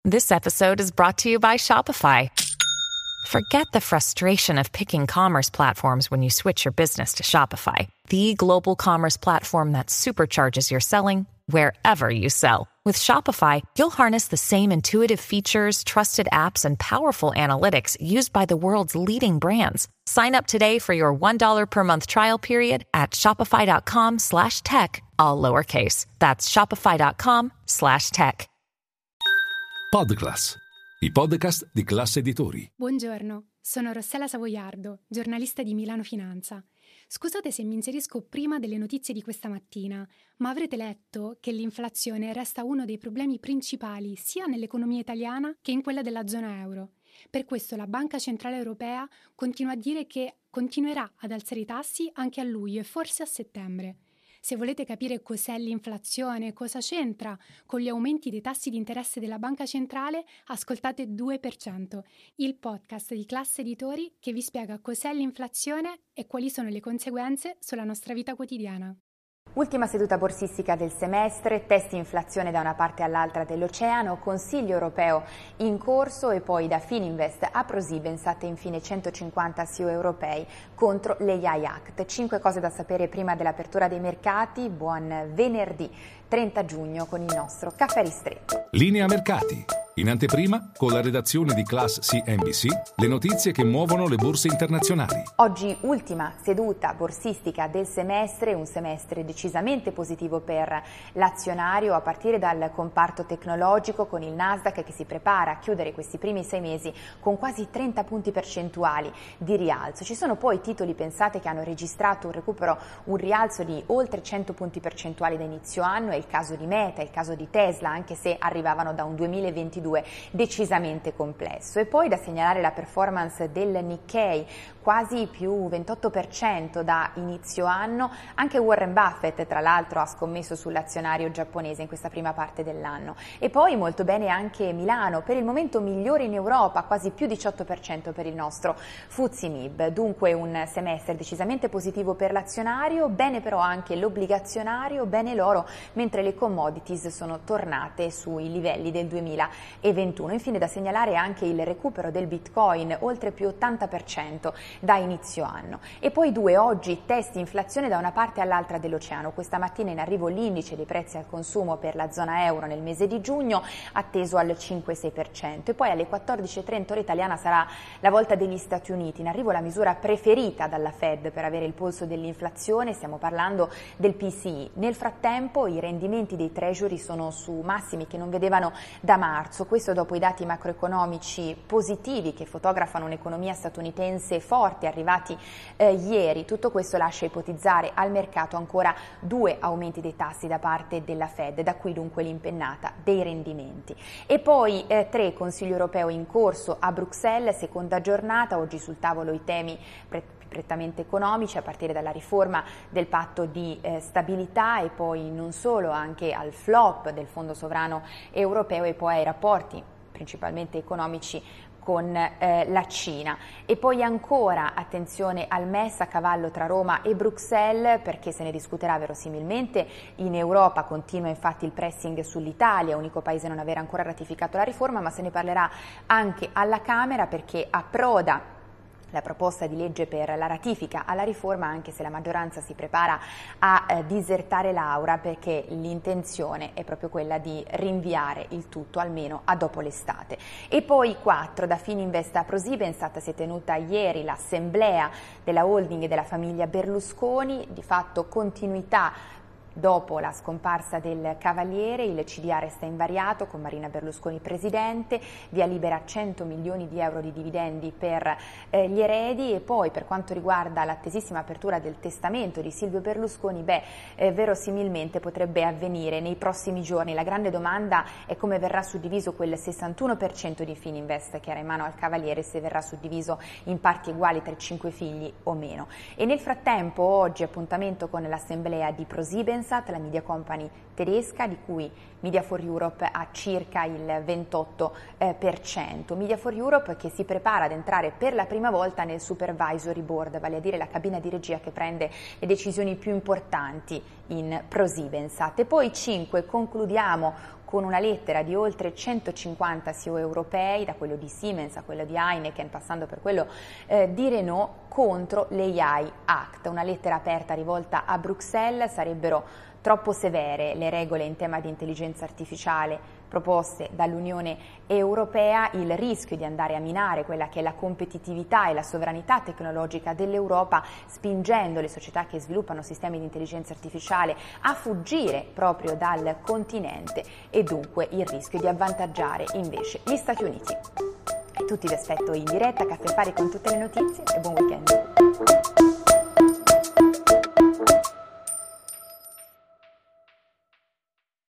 This episode is brought to you by Shopify. Forget the frustration of picking commerce platforms when you switch your business to Shopify, the global commerce platform that supercharges your selling wherever you sell. With Shopify, you'll harness the same intuitive features, trusted apps, and powerful analytics used by the world's leading brands. Sign up today for your $1 per month trial period at shopify.com/tech, all lowercase. That's shopify.com/tech. Podclass, i podcast di Classe Editori. Buongiorno, sono Rossella Savoiardo, giornalista di Milano Finanza. Scusate se mi inserisco prima delle notizie di questa mattina, ma avrete letto che l'inflazione resta uno dei problemi principali sia nell'economia italiana che in quella della zona euro. Per questo la Banca Centrale Europea continua a dire che continuerà ad alzare i tassi anche a luglio e forse a settembre. Se volete capire cos'è l'inflazione, cosa c'entra con gli aumenti dei tassi di interesse della Banca Centrale, ascoltate 2%, il podcast di Classe Editori che vi spiega cos'è l'inflazione e quali sono le conseguenze sulla nostra vita quotidiana. Ultima seduta borsistica del semestre, test inflazione da una parte all'altra dell'oceano, Consiglio europeo in corso e poi da Fininvest a ProSiebenSat e infine 150 CEO europei contro l'AI Act. 5 cose da sapere prima dell'apertura dei mercati. Buon venerdì 30 giugno con il nostro caffè ristretto. Linea mercati. In anteprima, con la redazione di Class CNBC, le notizie che muovono le borse internazionali. Oggi ultima seduta borsistica del semestre, un semestre decisamente positivo per l'azionario a partire dal comparto tecnologico con il Nasdaq che si prepara a chiudere questi primi 6 mesi con quasi 30 punti percentuali di rialzo. Ci sono poi titoli, pensate, che hanno registrato un rialzo di oltre 100 punti percentuali da inizio anno, è il caso di Meta, è il caso di Tesla, anche se arrivavano da un 2022 decisamente complesso. E poi da segnalare la performance del Nikkei, quasi più 28% da inizio anno. Anche Warren Buffett, tra l'altro, ha scommesso sull'azionario giapponese in questa prima parte dell'anno. E poi molto bene anche Milano, per il momento migliore in Europa, quasi più 18% per il nostro FTSE MIB. Dunque un semestre decisamente positivo per l'azionario, bene però anche l'obbligazionario, bene l'oro, mentre le commodities sono tornate sui livelli del 2021. Infine da segnalare anche il recupero del Bitcoin, oltre più 80% da inizio anno. E poi oggi test inflazione da una parte all'altra dell'oceano. Questa mattina in arrivo l'indice dei prezzi al consumo per la zona euro nel mese di giugno, atteso al 5,6%. E poi alle 14:30 ora italiana sarà la volta degli Stati Uniti. In arrivo la misura preferita dalla Fed per avere il polso dell'inflazione, stiamo parlando del PCE. Nel frattempo i rendimenti dei treasury sono su massimi che non vedevano da marzo. Questo dopo i dati macroeconomici positivi che fotografano un'economia statunitense forte arrivati ieri. Tutto questo lascia ipotizzare al mercato ancora 2 aumenti dei tassi da parte della Fed, da qui dunque l'impennata dei rendimenti. E poi 3 Consiglio europeo in corso a Bruxelles, seconda giornata, oggi sul tavolo i temi prettamente economici, a partire dalla riforma del patto di stabilità e poi non solo, anche al flop del Fondo sovrano europeo e poi ai rapporti principalmente economici con la Cina. E poi ancora attenzione al MES a cavallo tra Roma e Bruxelles, perché se ne discuterà verosimilmente. In Europa continua infatti il pressing sull'Italia, unico paese a non aver ancora ratificato la riforma, ma se ne parlerà anche alla Camera perché approda la proposta di legge per la ratifica alla riforma, anche se la maggioranza si prepara a disertare l'Aula, perché l'intenzione è proprio quella di rinviare il tutto almeno a dopo l'estate. E poi 4 da Fininvest a ProSiebenSat si è tenuta ieri l'assemblea della holding della famiglia Berlusconi, di fatto continuità. Dopo la scomparsa del Cavaliere, il CDA resta invariato con Marina Berlusconi presidente, via libera 100 milioni di euro di dividendi per gli eredi. E poi per quanto riguarda l'attesissima apertura del testamento di Silvio Berlusconi, verosimilmente potrebbe avvenire nei prossimi giorni. La grande domanda è come verrà suddiviso quel 61% di Fininvest che era in mano al Cavaliere, se verrà suddiviso in parti uguali tra i 5 figli o meno. E nel frattempo oggi appuntamento con l'assemblea di ProSiebenSat, la media company tedesca, di cui Media4Europe ha circa il 28%. Media4Europe che si prepara ad entrare per la prima volta nel Supervisory Board, vale a dire la cabina di regia che prende le decisioni più importanti in ProSiebenSat. E poi 5, concludiamo con una lettera di oltre 150 CEO europei, da quello di Siemens a quello di Heineken, passando per quello di Renault, contro l'AI Act, una lettera aperta rivolta a Bruxelles. Sarebbero troppo severe le regole in tema di intelligenza artificiale proposte dall'Unione Europea, il rischio di andare a minare quella che è la competitività e la sovranità tecnologica dell'Europa, spingendo le società che sviluppano sistemi di intelligenza artificiale a fuggire proprio dal continente, e dunque il rischio di avvantaggiare invece gli Stati Uniti. E tutti vi aspetto in diretta a Caffè Affari con tutte le notizie e buon weekend.